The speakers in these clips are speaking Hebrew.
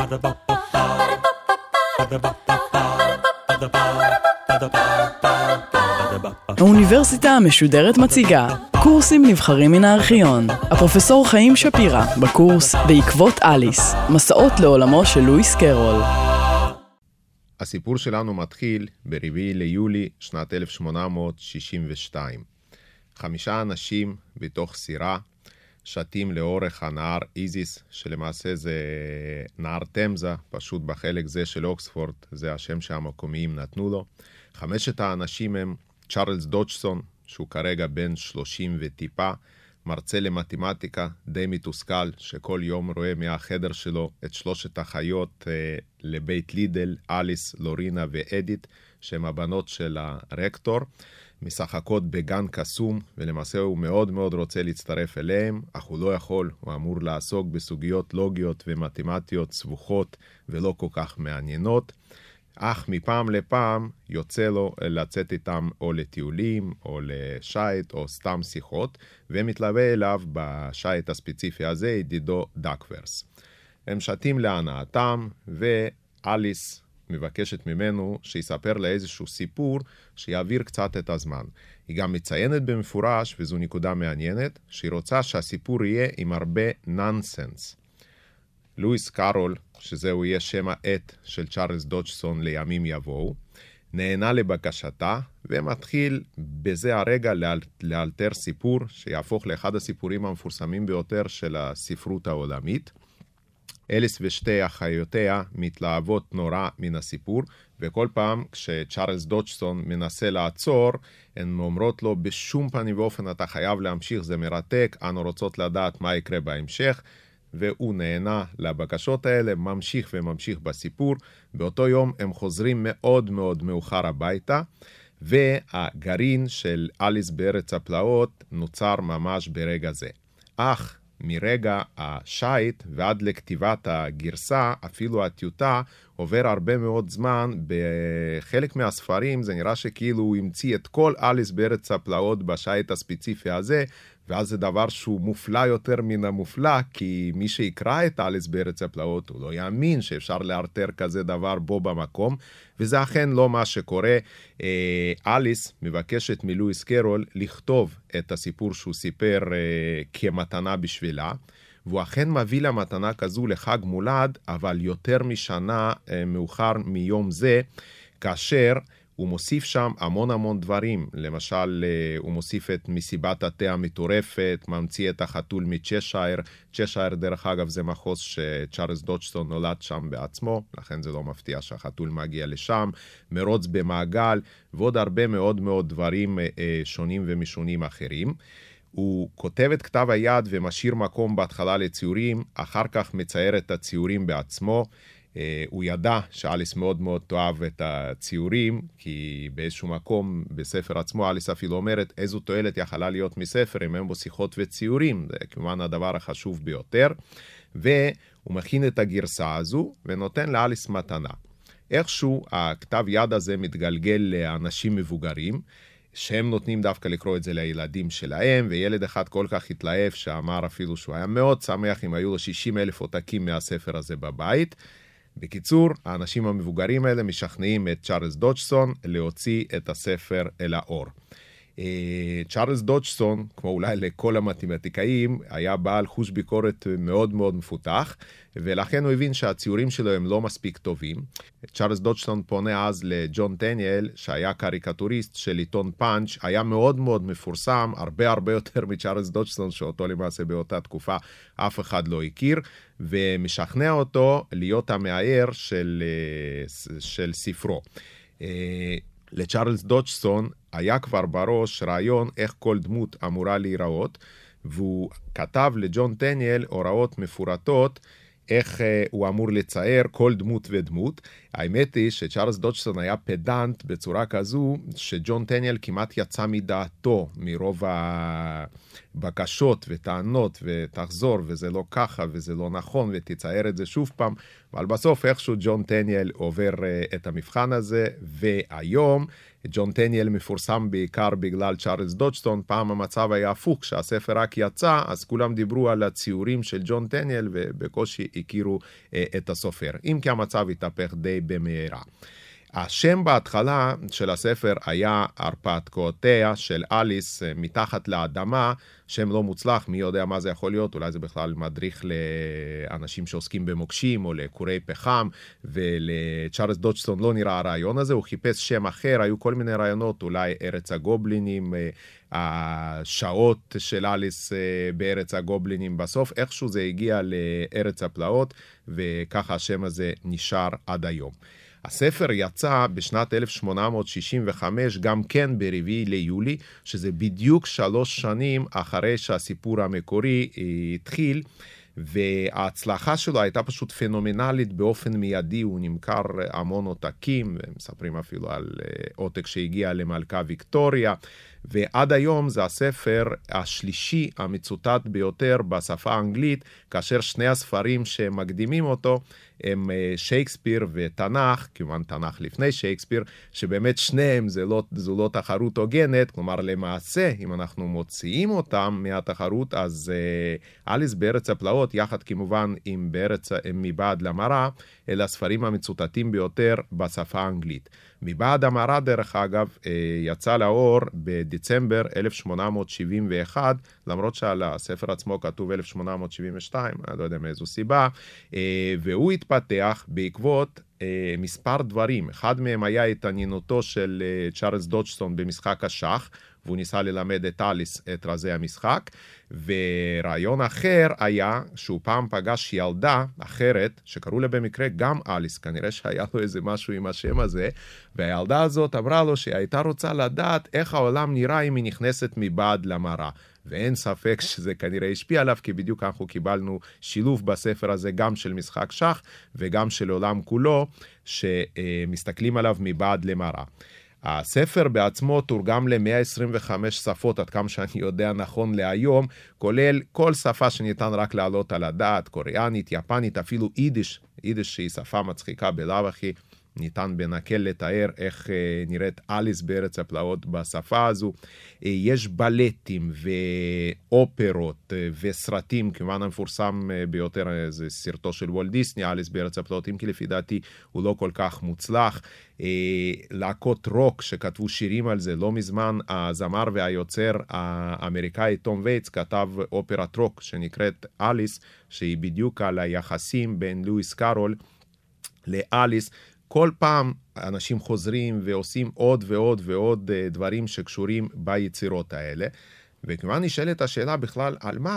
האוניברסיטה המשודרת מציגה קורסים נבחרים מן הארכיון. הפרופסור חיים שפירא בקורס בעקבות אליס, מסעות לעולמו של לואיס קרול. הסיפור שלנו מתחיל ב4 ליולי שנת 1862. 5 אנשים בתוך סירה שתים לאורך הנהר איזיס, שלמעשה זה נהר תמזה, פשוט בחלק זה של אוקספורד, זה השם שהמקומיים נתנו לו. 5 האנשים הם צ'ארלס דודג'סון, שהוא כרגע בן 30 וטיפה, מרצה למתמטיקה, די מתוסכל, שכל יום רואה מהחדר שלו את 3 החיות לבית לידל, אליס, לורינה ואדית, שהן הבנות של הרקטור, משחקות בגן קסום, ולמעשה הוא מאוד מאוד רוצה להצטרף אליהם, אך הוא לא יכול, הוא אמור לעסוק בסוגיות לוגיות ומתמטיות סבוכות ולא כל כך מעניינות, אך מפעם לפעם יוצא לו לצאת איתם או לטיולים או לשייט או סתם שיחות, ומתלווה אליו בשייט הספציפי הזה ידידו דקוורס. הם שתים להנאתם, ואליס מבקשת ממנו שיספר לה איזשהו סיפור שיעביר קצת את הזמן. היא גם מציינת במפורש, וזו נקודה מעניינת, שהיא רוצה שהסיפור יהיה עם הרבה נונסנס. לואיס קרול, שזהו יהיה שם העט של צ'ארלס דודג'סון לימים יבואו, נהנה לבקשתה, ומתחיל בזה הרגע לאלתר סיפור, שיהפוך לאחד הסיפורים המפורסמים ביותר של הספרות העולמית. אליס ושתי אחיותיה מתלהבות נורא מן הסיפור, וכל פעם כשצ'ארלס דודג'סון מנסה לעצור, הן אומרות לו בשום פנים ואופן אתה חייב להמשיך, זה מרתק, אנו רוצות לדעת מה יקרה בהמשך, והוא נהנה לבקשות האלה, ממשיך וממשיך בסיפור. באותו יום הם חוזרים מאוד מאוד מאוחר הביתה, והגרעין של אליס בארץ הפלאות נוצר ממש ברגע זה. אך מרגע השייט ועד לכתיבת הגרסה, אפילו הטיוטה, עובר הרבה מאוד זמן. בחלק מהספרים זה נראה שכאילו הוא המציא את כל אליס בארץ הפלאות בשייט הספציפי הזה, ואז זה דבר שהוא מופלא יותר מן המופלא, כי מי שיקרא את אליס בארץ הפלאות הוא לא יאמין שאפשר לארטר כזה דבר בו במקום, וזה אכן לא מה שקורה. אליס מבקשת מלואיס קרול לכתוב את הסיפור שהוא סיפר כמתנה בשבילה, והוא אכן מביא לה מתנה כזו לחג מולד, אבל יותר משנה מאוחר מיום זה, כאשר הוא מוסיף שם המון דברים. למשל, הוא מוסיף את מסיבת התה המטורפת, ממציא את החתול מצ'שייר. צ'שייר דרך אגב זה מחוז שצ'ארלס דודג'סון נולד שם בעצמו, לכן זה לא מפתיע שהחתול מגיע לשם, מרוץ במעגל, ועוד הרבה מאוד דברים שונים ומשונים אחרים. הוא כותב את כתב היד ומשאיר מקום בהתחלה לציורים, אחר כך מצייר את הציורים בעצמו. הוא ידע שאליס מאוד תאהב את הציורים, כי באיזשהו מקום בספר עצמו אליס אפילו אומרת איזו תועלת יכלה להיות מספר אם הם בו שיחות וציורים, זה כמובן הדבר החשוב ביותר, והוא מכין את הגרסה הזו ונותן לאליס מתנה. איכשהו הכתב יד הזה מתגלגל לאנשים מבוגרים, שהם נותנים דווקא לקרוא את זה לילדים שלהם, וילד אחד כל כך התלהב שאמר אפילו שהוא היה מאוד שמח אם היו לו 60,000 עותקים מהספר הזה בבית. בקיצור, האנשים המבוגרים האלה משכנעים את צ'ארלס דודג'סון להוציא את הספר אל האור. צ'ארלס דודג'סון, כמו אולי לכל המתמטיקאים, היה בעל חוש ביקורת מאוד מפותח, ולכן הוא הבין שהציורים שלו הם לא מספיק טובים. צ'ארלס דודג'סון פונה אז לג'ון טניאל, שהיה קריקטוריסט של עיתון פאנץ', היה מאוד מפורסם, הרבה יותר מצ'ארלס דודג'סון, שאותו למעשה באותה תקופה אף אחד לא הכיר, ומשכנע אותו להיות המאייר של ספרו. לצ'ארלס דודג'סון היה כבר בראש רעיון איך כל דמות אמורה להיראות, והוא כתב לג'ון טניאל הוראות מפורטות איך הוא אמור לצייר כל דמות ודמות. האמת היא שצ'ארלס דודג'סון היה פדנט בצורה כזו שג'ון טניאל כמעט יצא מדעתו מרוב בקשות וטענות ותחזור וזה לא ככה וזה לא נכון ותצייר את זה שוב פעם, אבל בסוף איכשהו ג'ון טניאל עובר את המבחן הזה, והיום ג'ון טניאל מפורסם בעיקר בגלל צ'ארלס דודג'סטון. פעם המצב היה הפוך, כשהספר רק יצא, אז כולם דיברו על הציורים של ג'ון טניאל ובקושי הכירו את הסופר, אם כי המצב התהפך די במהרה. השם בהתחלה של הספר היה הרפתקאותיה של אליס מתחת לאדמה, שם לא מוצלח, מי יודע מה זה יכול להיות, אולי זה בכלל מדריך לאנשים שעוסקים במוקשים או לקורי פחם, ולצ'ארלס דודג'סטון לא נראה הרעיון הזה, הוא חיפש שם אחר, היו כל מיני רעיונות, אולי ארץ הגובלינים, השעות של אליס בארץ הגובלינים, בסוף איכשהו זה הגיע לארץ הפלאות, וככה השם הזה נשאר עד היום. הספר יצא בשנת 1865, גם כן ברביעי ליולי, שזה בדיוק 3 שנים אחרי שהסיפור המקורי התחיל, וההצלחה שלו הייתה פשוט פנומנלית באופן מיידי, הוא נמכר המון עותקים, ומספרים אפילו על עותק שהגיע למלכה ויקטוריה, ועד היום זה הספר השלישי המצוטט ביותר בשפה האנגלית, כאשר שני הספרים שמקדימים אותו הם שייקספיר ותנ"ך, כמובן תנ"ך לפני שייקספיר, שבאמת שניהם זו לא תחרות הוגנת, כלומר למעשה, אם אנחנו מוציאים אותם מהתחרות, אז אליס בארץ הפלאות, יחד כמובן עם מבעד למראה, אלה הספרים המצוטטים ביותר בשפה האנגלית. מבעד המראה, דרך אגב, יצא לאור בדצמבר 1871, למרות שעל הספר עצמו כתוב 1872, אני לא יודע מאיזו סיבה, והוא התפתח בעקבות מספר דברים. אחד מהם היה התעניינותו של צ'ארלס דודג'סטון במשחק השח, והוא ניסה ללמד את אליס את רזי המשחק, ורעיון אחר היה שהוא פעם פגש ילדה אחרת, שקראו לה במקרה גם אליס, כנראה שהיה לו איזה משהו עם השם הזה, והילדה הזאת אמרה לו שהייתה רוצה לדעת איך העולם נראה אם היא נכנסת מבעד למראה. ואין ספק שזה כנראה השפיע עליו, כי בדיוק אנחנו קיבלנו שילוב בספר הזה גם של משחק שח וגם של עולם כולו, שמסתכלים עליו מבעד למראה. הספר בעצמו תורגם ל-125 שפות, עד כמה שאני יודע נכון להיום, כולל כל שפה שניתן רק להעלות על הדעת, קוריאנית, יפנית, אפילו יידיש, יידיש שהיא שפה מצחיקה בלאו הכי, ניתן בנקל לתאר איך נראית אליס בארץ הפלאות בשפה הזו. יש בלטים ואופרות וסרטים, כמובן המפורסם ביותר זה סרטו של וולט דיסני, אליס בארץ הפלאות, אם כי לפי דעתי הוא לא כל כך מוצלח. להקות רוק שכתבו שירים על זה, לא מזמן הזמר והיוצר האמריקאי תום וייטס כתב אופרת רוק שנקראת אליס, שהיא בדיוק על היחסים בין לואיס קארול לאליס. כל פעם אנשים חוזרים ועושים עוד ועוד ועוד דברים שקשורים ביצירות האלה, וכמובן נשאלת השאלה בכלל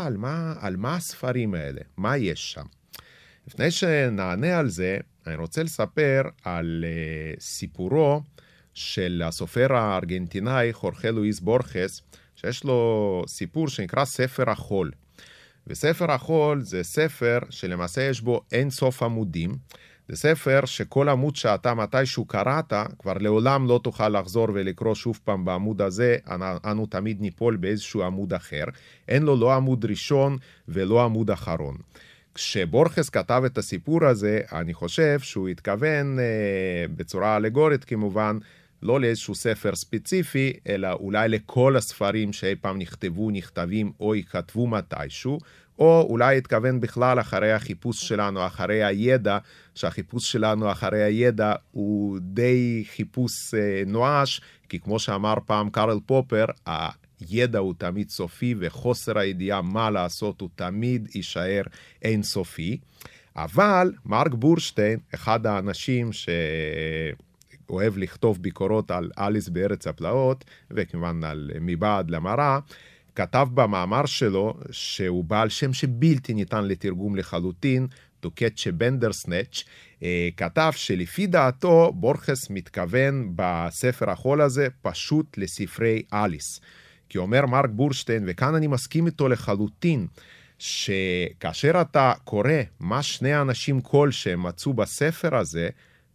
על מה הספרים האלה, מה יש שם. לפני שנענה על זה, אני רוצה לספר על סיפורו של הסופר הארגנטינאי חורחה לואיס בורכס, שיש לו סיפור שנקרא ספר החול. וספר החול זה ספר שלמעשה יש בו אין סוף עמודים, זה ספר שכל עמוד שאתה מתישהו קראת, כבר לעולם לא תוכל לחזור ולקרוא שוב פעם בעמוד הזה, אנו תמיד ניפול באיזשהו עמוד אחר, אין לו לא עמוד ראשון ולא עמוד אחרון. כשבורכס כתב את הסיפור הזה, אני חושב שהוא התכוון בצורה אלגורית כמובן, לא לאיזשהו ספר ספציפי, אלא אולי לכל הספרים שאי פעם נכתבו, נכתבים או יכתבו מתישהו, או אולי התכוון בכלל אחרי החיפוש שלנו, אחרי הידע, שהחיפוש שלנו אחרי הידע הוא די חיפוש נואש, כי כמו שאמר פעם קארל פופר, הידע הוא תמיד סופי, וחוסר הידיעה מה לעשות הוא תמיד יישאר אינסופי. אבל מרק בורשטיין, אחד האנשים שאוהב לכתוב ביקורות על אליס בארץ הפלאות, וכמובן על מבעד למראה, כתב במאמר שלו, שהוא בעל שם שבלתי ניתן לתרגום לחלוטין, דוקצ'ה בנדרסנץ', כתב שלפי דעתו בורכס מתכוון בספר החול הזה פשוט לספרי אליס. כי אומר מרק בורשטיין, וכאן אני מסכים איתו לחלוטין, שכאשר אתה קורא מה שני האנשים כלשהם מצאו בספר הזה,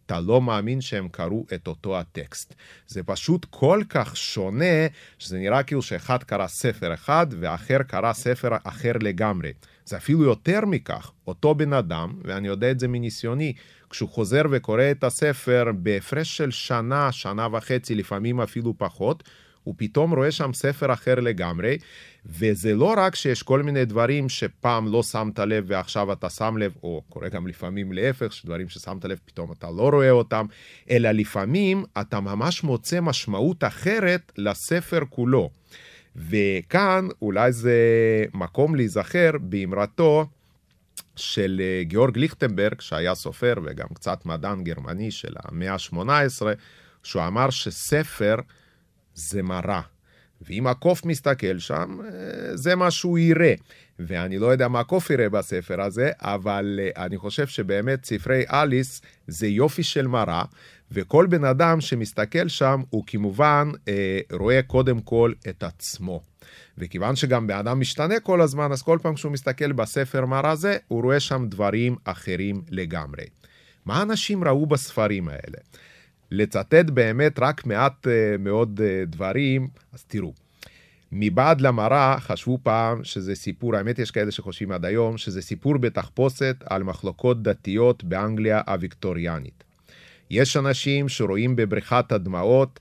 אתה לא מאמין שהם קראו את אותו הטקסט. זה פשוט כל כך שונה, שזה נראה כאילו שאחד קרא ספר אחד, ואחר קרא ספר אחר לגמרי. זה אפילו יותר מכך, אותו בן אדם, ואני יודע את זה מניסיוני, כשהוא חוזר וקורא את הספר בהפרש של שנה, שנה וחצי, לפעמים אפילו פחות, הוא פתאום רואה שם ספר אחר לגמרי, וזה לא רק שיש כל מיני דברים שפעם לא שמת לב ועכשיו אתה שם לב, או קורה גם לפעמים להפך, שדברים ששמת לב פתאום אתה לא רואה אותם, אלא לפעמים אתה ממש מוצא משמעות אחרת לספר כולו. וכאן אולי זה מקום להיזכר באמרתו של גיאורג ליכטנברג, שהיה סופר וגם קצת מדען גרמני של המאה ה-18, שהוא אמר שספר זה מראה. ואם הקוף מסתכל שם, זה מה שהוא יראה. ואני לא יודע מה הקוף יראה בספר הזה, אבל אני חושב שבאמת ספרי אליס זה יופי של מראה, וכל בן אדם שמסתכל שם הוא כמובן רואה קודם כל את עצמו. וכיוון שגם בן אדם משתנה כל הזמן, אז כל פעם כשהוא מסתכל בספר מראה זה, הוא רואה שם דברים אחרים לגמרי. מה אנשים ראו בספרים האלה? לצטט באמת רק מעט מאוד דברים, אז תראו. מבעד למראה חשבו פעם שזה סיפור, האמת יש כאלה שחושבים עד היום, שזה סיפור בתחפושת על מחלוקות דתיות באנגליה הוויקטוריאנית. יש אנשים שרואים בבריכת הדמעות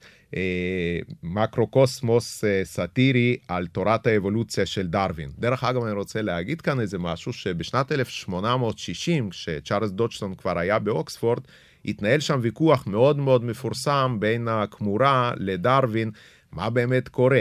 מקרוקוסמוס סאטירי על תורת האבולוציה של דרווין. דרך אגב אני רוצה להגיד כאן איזה משהו שבשנת 1860, כשצ'ארלס דודג'סון כבר היה באוקספורד, התנהל שם ויכוח מאוד מאוד מפורסם בין הכמורה לדרווין, מה באמת קורה.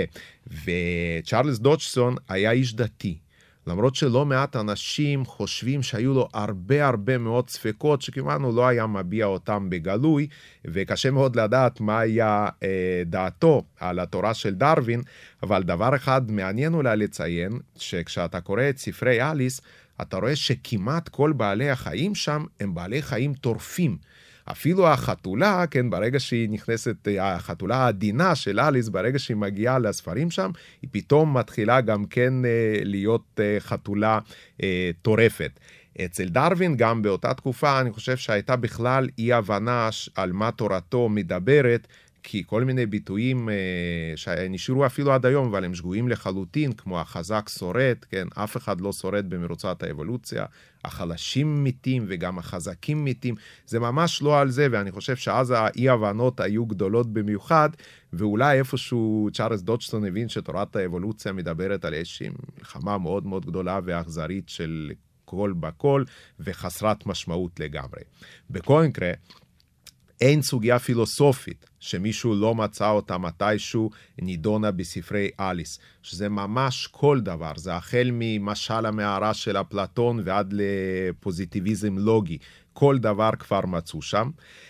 וצ'ארלס דודג'סון היה איש דתי. למרות שלא מעט אנשים חושבים שהיו לו הרבה מאוד ספקות, שכמובן הוא לא היה מביע אותם בגלוי, וקשה מאוד לדעת מה היה דעתו על התורה של דרווין, אבל דבר אחד מעניין אולי לציין, שכשאתה קורא את ספרי אליס, אתה רואה שכמעט כל בעלי החיים שם הם בעלי חיים טורפים. אפילו החתולה, כן, ברגע שהיא נכנסת, החתולה העדינה של אליס, ברגע שהיא מגיעה לספרים שם, היא פתאום מתחילה גם כן להיות חתולה טורפת. אצל דרווין גם באותה תקופה, אני חושב שהייתה בכלל אי הבנה על מה תורתו מדברת, כי כל מיני ביטויים שנשארו אפילו עד היום, אבל הם שגויים לחלוטין, כמו החזק שורד, כן, אף אחד לא שורד במרוצת האבולוציה, החלשים מתים וגם החזקים מתים, זה ממש לא על זה, ואני חושב שאז האי הבנות היו גדולות במיוחד, ואולי איפשהו צ'ארלס דודג'סון הבין שתורת האבולוציה מדברת על איזושהי מלחמה מאוד מאוד גדולה ואכזרית של כל בכל, וחסרת משמעות לגמרי. בכל מקרה, אין סוגיה פילוסופית שמישהו לא מצא אותה מתישהו נידונה בספרי אליס, שזה ממש כל דבר, זה החל ממשל המערה של אפלטון ועד לפוזיטיביזם לוגי, כל דבר כבר מצאו שם.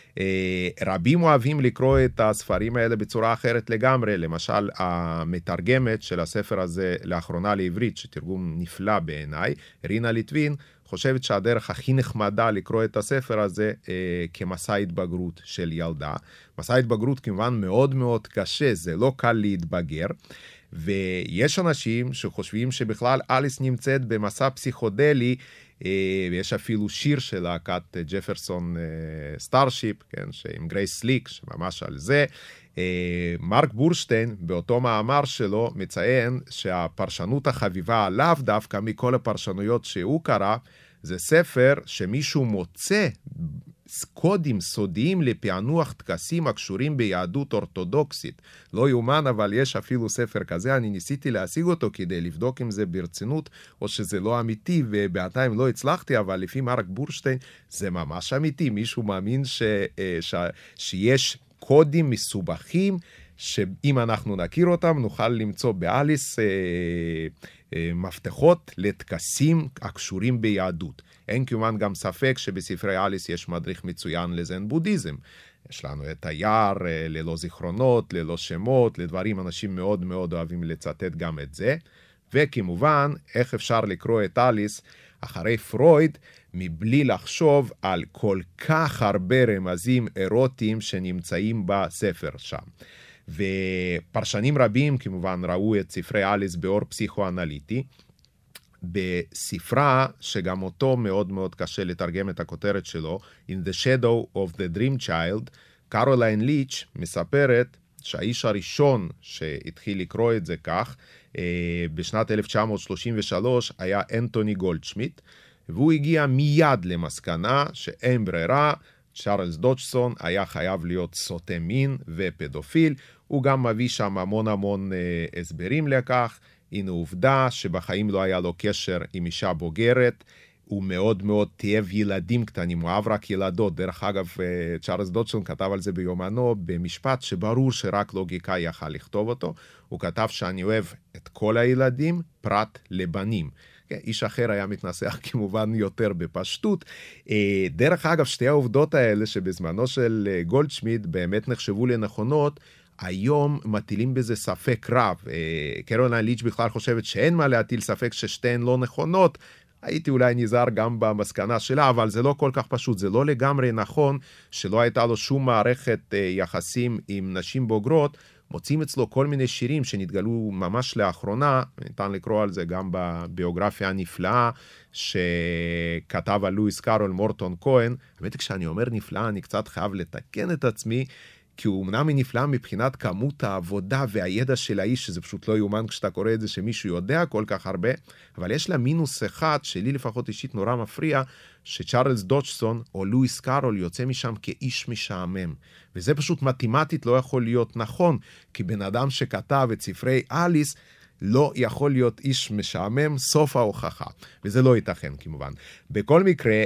רבים אוהבים לקרוא את הספרים האלה בצורה אחרת לגמרי, למשל המתרגמת של הספר הזה לאחרונה לעברית, שתרגום נפלא בעיניי, רינה ליטווין, חושבת שהדרך הכי נחמדה לקרוא את הספר הזה כמסע התבגרות של ילדה. מסע התבגרות כמובן מאוד מאוד קשה, זה לא קל להתבגר, ויש אנשים שחושבים שבכלל אליס נמצאת במסע פסיכודלי, ויש אפילו שיר של להקת ג'פרסון סטארשיפ, כן, עם גרייס סליק, שממש על זה. מרק בורשטיין באותו מאמר שלו מציין שהפרשנות החביבה עליו דווקא מכל הפרשנויות שהוא קרא, זה ספר שמישהו מוצא קודים סודיים לפענוח טקסים הקשורים ביהדות אורתודוקסית. לא יומן, אבל יש אפילו ספר כזה, אני ניסיתי להשיג אותו כדי לבדוק אם זה ברצינות או שזה לא אמיתי, ובעתיים לא הצלחתי, אבל לפי מרק בורשטיין זה ממש אמיתי. מישהו מאמין שיש קודים מסובכים, שאם אנחנו נכיר אותם, נוכל למצוא באליס מפתחות לטקסים הקשורים ביהדות. אין כמובן גם ספק שבספרי אליס יש מדריך מצוין לזן בודהיזם. יש לנו את היער, ללא זיכרונות, ללא שמות, לדברים אנשים מאוד מאוד אוהבים לצטט גם את זה. וכמובן, איך אפשר לקרוא את אליס אחרי פרויד, מבלי לחשוב על כל כך הרבה רמזים אירוטיים שנמצאים בספר שם. ופרשנים רבים כמובן ראו את ספרי אליס באור פסיכואנליטי, בספרה, שגם אותו מאוד מאוד קשה לתרגם את הכותרת שלו, In the Shadow of the Dream Child, קרוליין ליץ' מספרת שהאיש הראשון שהתחיל לקרוא את זה כך, בשנת 1933 היה אנטוני גולדשמיט, והוא הגיע מיד למסקנה שאין ברירה, צ'ארלס דודג'סון היה חייב להיות סוטה מין ופדופיל, הוא גם מביא שם המון הסברים לכך, הנה עובדה שבחיים לא היה לו קשר עם אישה בוגרת, הוא מאוד מאוד תאהב ילדים קטנים, הוא אהב רק ילדות, דרך אגב צ'ארלס דודג'סון כתב על זה ביומנו במשפט שברור שרק לוגיקה יכל לכתוב אותו, הוא כתב שאני אוהב את כל הילדים פרט לבנים. איש אחר היה מתנסח כמובן יותר בפשטות. דרך אגב, שתי העובדות האלה שבזמנו של גולדשמיט באמת נחשבו לנכונות, היום מטילים בזה ספק רב. קרוליין ליץ' בכלל חושבת שאין מה להטיל ספק ששתיהן לא נכונות, הייתי אולי נזהר גם במסקנה שלה, אבל זה לא כל כך פשוט, זה לא לגמרי נכון שלא הייתה לו שום מערכת יחסים עם נשים בוגרות, מוצאים אצלו כל מיני שירים שנתגלו ממש לאחרונה, ניתן לקרוא על זה גם בביוגרפיה הנפלאה שכתב על לואיס קארול מורטון כהן. האמת היא כשאני אומר נפלאה אני קצת חייב לתקן את עצמי, כי הוא אמנם נפלא מבחינת כמות העבודה והידע של האיש, שזה פשוט לא יאומן כשאתה קורא את זה שמישהו יודע כל כך הרבה, אבל יש לה מינוס אחד, שלי לפחות אישית נורא מפריע, שצ'ארלס דודג'סון או לואיס קארול יוצא משם כאיש משעמם. וזה פשוט מתמטית לא יכול להיות נכון, כי בן אדם שכתב את ספרי אליס, לא יכול להיות איש משעמם, סוף ההוכחה. וזה לא ייתכן כמובן. בכל מקרה,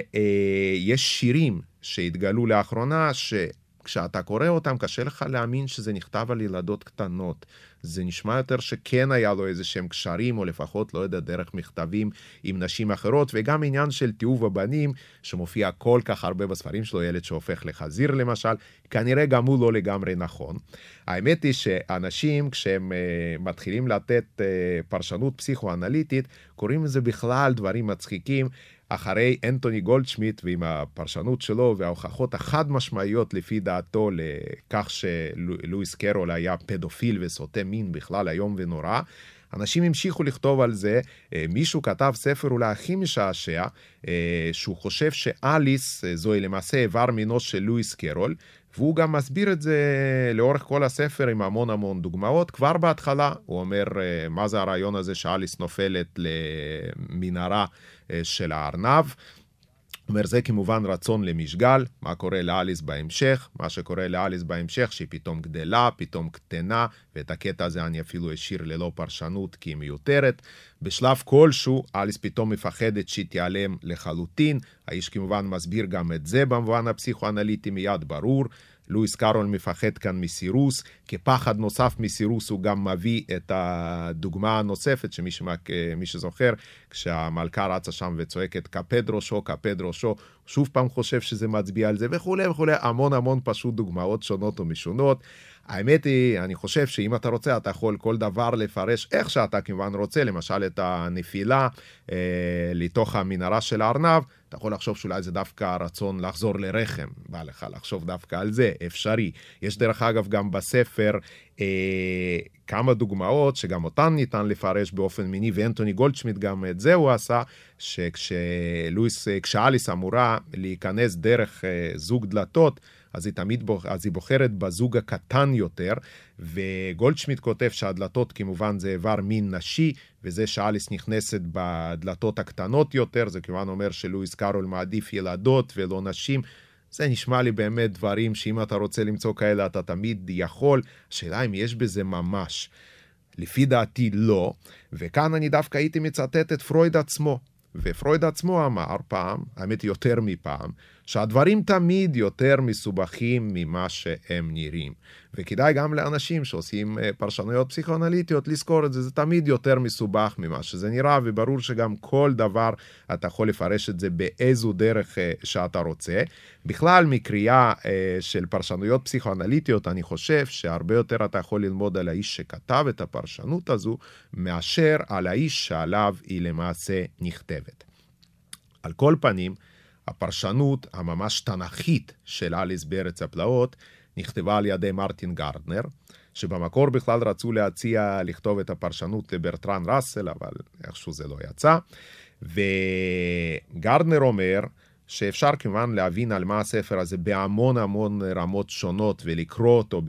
יש שירים שהתגלו לאחרונה כשאתה קורא אותם, קשה לך להאמין שזה נכתב על ילדות קטנות. זה נשמע יותר שכן היה לו איזה שהם קשרים, או לפחות, לא יודע, דרך מכתבים עם נשים אחרות, וגם עניין של תיעוב הבנים, שמופיע כל כך הרבה בספרים שלו, ילד שהופך לחזיר למשל, כנראה גם הוא לא לגמרי נכון. האמת היא שאנשים, כשהם מתחילים לתת פרשנות פסיכואנליטית, קוראים לזה בכלל דברים מצחיקים, אחרי אנטוני גולדשמיט ועם הפרשנות שלו וההוכחות החד משמעיות לפי דעתו לכך שלואיס קרול היה פדופיל וסוטה מין בכלל היום ונורא, אנשים המשיכו לכתוב על זה. מישהו כתב ספר אולי הכי משעשע, שהוא חושב שאליס זוהי למעשה איבר מינו של לואיס קרול, והוא גם מסביר את זה לאורך כל הספר עם המון דוגמאות. כבר בהתחלה הוא אומר מה זה הרעיון הזה שאליס נופלת למנהרה של הארנב. הוא אומר, זה כמובן רצון למשגל, מה קורה לאליס בהמשך, מה שקורה לאליס בהמשך, שהיא פתאום גדלה, פתאום קטנה, ואת הקטע הזה אני אפילו אשאיר ללא פרשנות, כי היא מיותרת. בשלב כלשהו, אליס פתאום מפחדת שהיא תיעלם לחלוטין, האיש כמובן מסביר גם את זה במובן הפסיכואנליטי מיד ברור, לואיס קארול מפחד כאן מסירוס, כפחד נוסף מסירוס הוא גם מביא את הדוגמה הנוספת, שמי שזוכר, כשהמלכה רצה שם וצועקת כפד ראשו, שוב פעם חושב שזה מצביע על זה וכו', המון פשוט דוגמאות שונות ומשונות. האמת היא, אני חושב שאם אתה רוצה, אתה יכול כל דבר לפרש איך שאתה כמובן רוצה, למשל את הנפילה לתוך המנהרה של הארנב, אתה יכול לחשוב שאולי זה דווקא רצון לחזור לרחם, בא לך לחשוב דווקא על זה, אפשרי. יש דרך אגב גם בספר כמה דוגמאות שגם אותן ניתן לפרש באופן מיני, ואנטוני גולדשמיט גם את זה הוא עשה, כשאליס אמורה להיכנס דרך זוג דלתות, אז היא בוחרת בזוג הקטן יותר, וגולדשמיט כותב שהדלתות כמובן זה איבר מין נשי, וזה שאליס נכנסת בדלתות הקטנות יותר, זה כמובן אומר שלואיס קארול מעדיף ילדות ולא נשים. זה נשמע לי באמת דברים שאם אתה רוצה למצוא כאלה אתה תמיד יכול, השאלה אם יש בזה ממש. לפי דעתי לא, וכאן אני דווקא הייתי מצטט את פרויד עצמו, ופרויד עצמו אמר פעם, האמת יותר מפעם, שהדברים תמיד יותר מסובכים ממה שהם נראים. וכדאי גם לאנשים שעושים פרשנויות פסיכואנליטיות לזכור את זה, זה תמיד יותר מסובך ממה שזה נראה, וברור שגם כל דבר אתה יכול לפרש את זה באיזו דרך שאתה רוצה. בכלל מקריאה של פרשנויות פסיכואנליטיות, אני חושב שהרבה יותר אתה יכול ללמוד על האיש שכתב את הפרשנות הזו, מאשר על האיש שעליו היא למעשה נכתבת. על כל פנים, הפרשנות הממש תנכית של אליס בארץ הפלאות נכתבה על ידי מרטין גרדנר, שבמקור בכלל רצו להציע לכתוב את הפרשנות לברטרן ראסל, אבל איכשהו זה לא יצא. וגרדנר אומר שאפשר כמובן להבין על מה הספר הזה בהמון המון רמות שונות ולקרוא אותו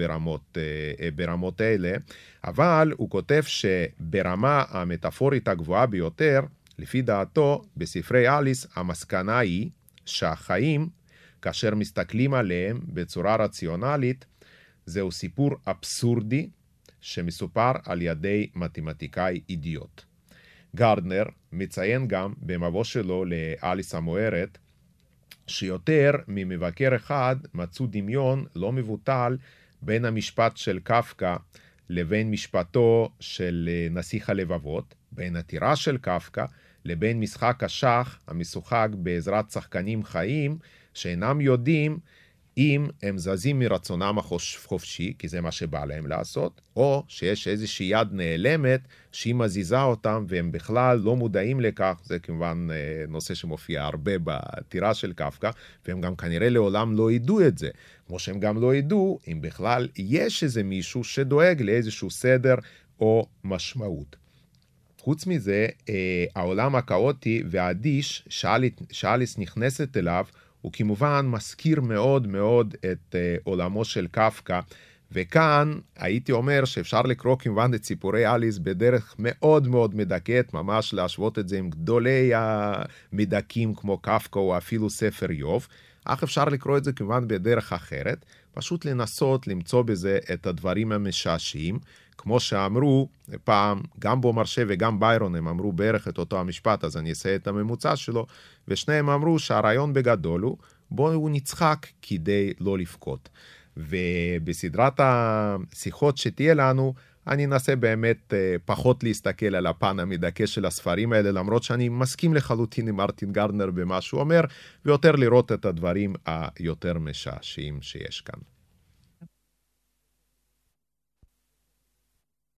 ברמות אלה, אבל הוא כותב שברמה המטאפורית הגבוהה ביותר, לפי דעתו, בספרי אליס המסקנה היא שהחיים, כאשר מסתכלים עליהם בצורה רציונלית, זהו סיפור אבסורדי שמסופר על ידי מתמטיקאי אידיוט. גרדנר מציין גם במבוא שלו לאליס המוארת, שיותר ממבקר אחד מצאו דמיון לא מבוטל בין המשפט של קפקא לבין משפטו של נסיך הלבבות, בין הטירה של קפקא לבין משחק השח המשוחק בעזרת שחקנים חיים שאינם יודעים אם הם זזים מרצונם החופשי, כי זה מה שבא להם לעשות, או שיש איזושהי יד נעלמת שהיא מזיזה אותם והם בכלל לא מודעים לכך. זה כמובן נושא שמופיע הרבה בטירה של קפקא, והם גם כנראה לעולם לא ידעו את זה, כמו שהם גם לא ידעו אם בכלל יש איזה מישהו שדואג לאיזשהו סדר או משמעות. חוץ מזה, העולם הכאוטי והאדיש שאליס נכנסת אליו, הוא כמובן מזכיר מאוד מאוד את עולמו של קפקא, וכאן הייתי אומר שאפשר לקרוא כמובן את סיפורי אליס בדרך מאוד מאוד מדכאת, ממש להשוות את זה עם גדולי המדכים כמו קפקא או אפילו ספר איוב, אך אפשר לקרוא את זה כמובן בדרך אחרת, פשוט לנסות למצוא בזה את הדברים המשעשעים, כמו שאמרו פעם, גם בומרשה וגם ביירון הם אמרו בערך את אותו המשפט, אז אני אעשה את הממוצע שלו, ושניהם אמרו שהרעיון בגדול הוא, בואו נצחק כדי לא לבכות. ובסדרת השיחות שתהיה לנו, אני אנסה באמת פחות להסתכל על הפן המדכא של הספרים האלה, למרות שאני מסכים לחלוטין עם מרטין גרדנר במה שהוא אומר, ויותר לראות את הדברים היותר משעשעים שיש כאן.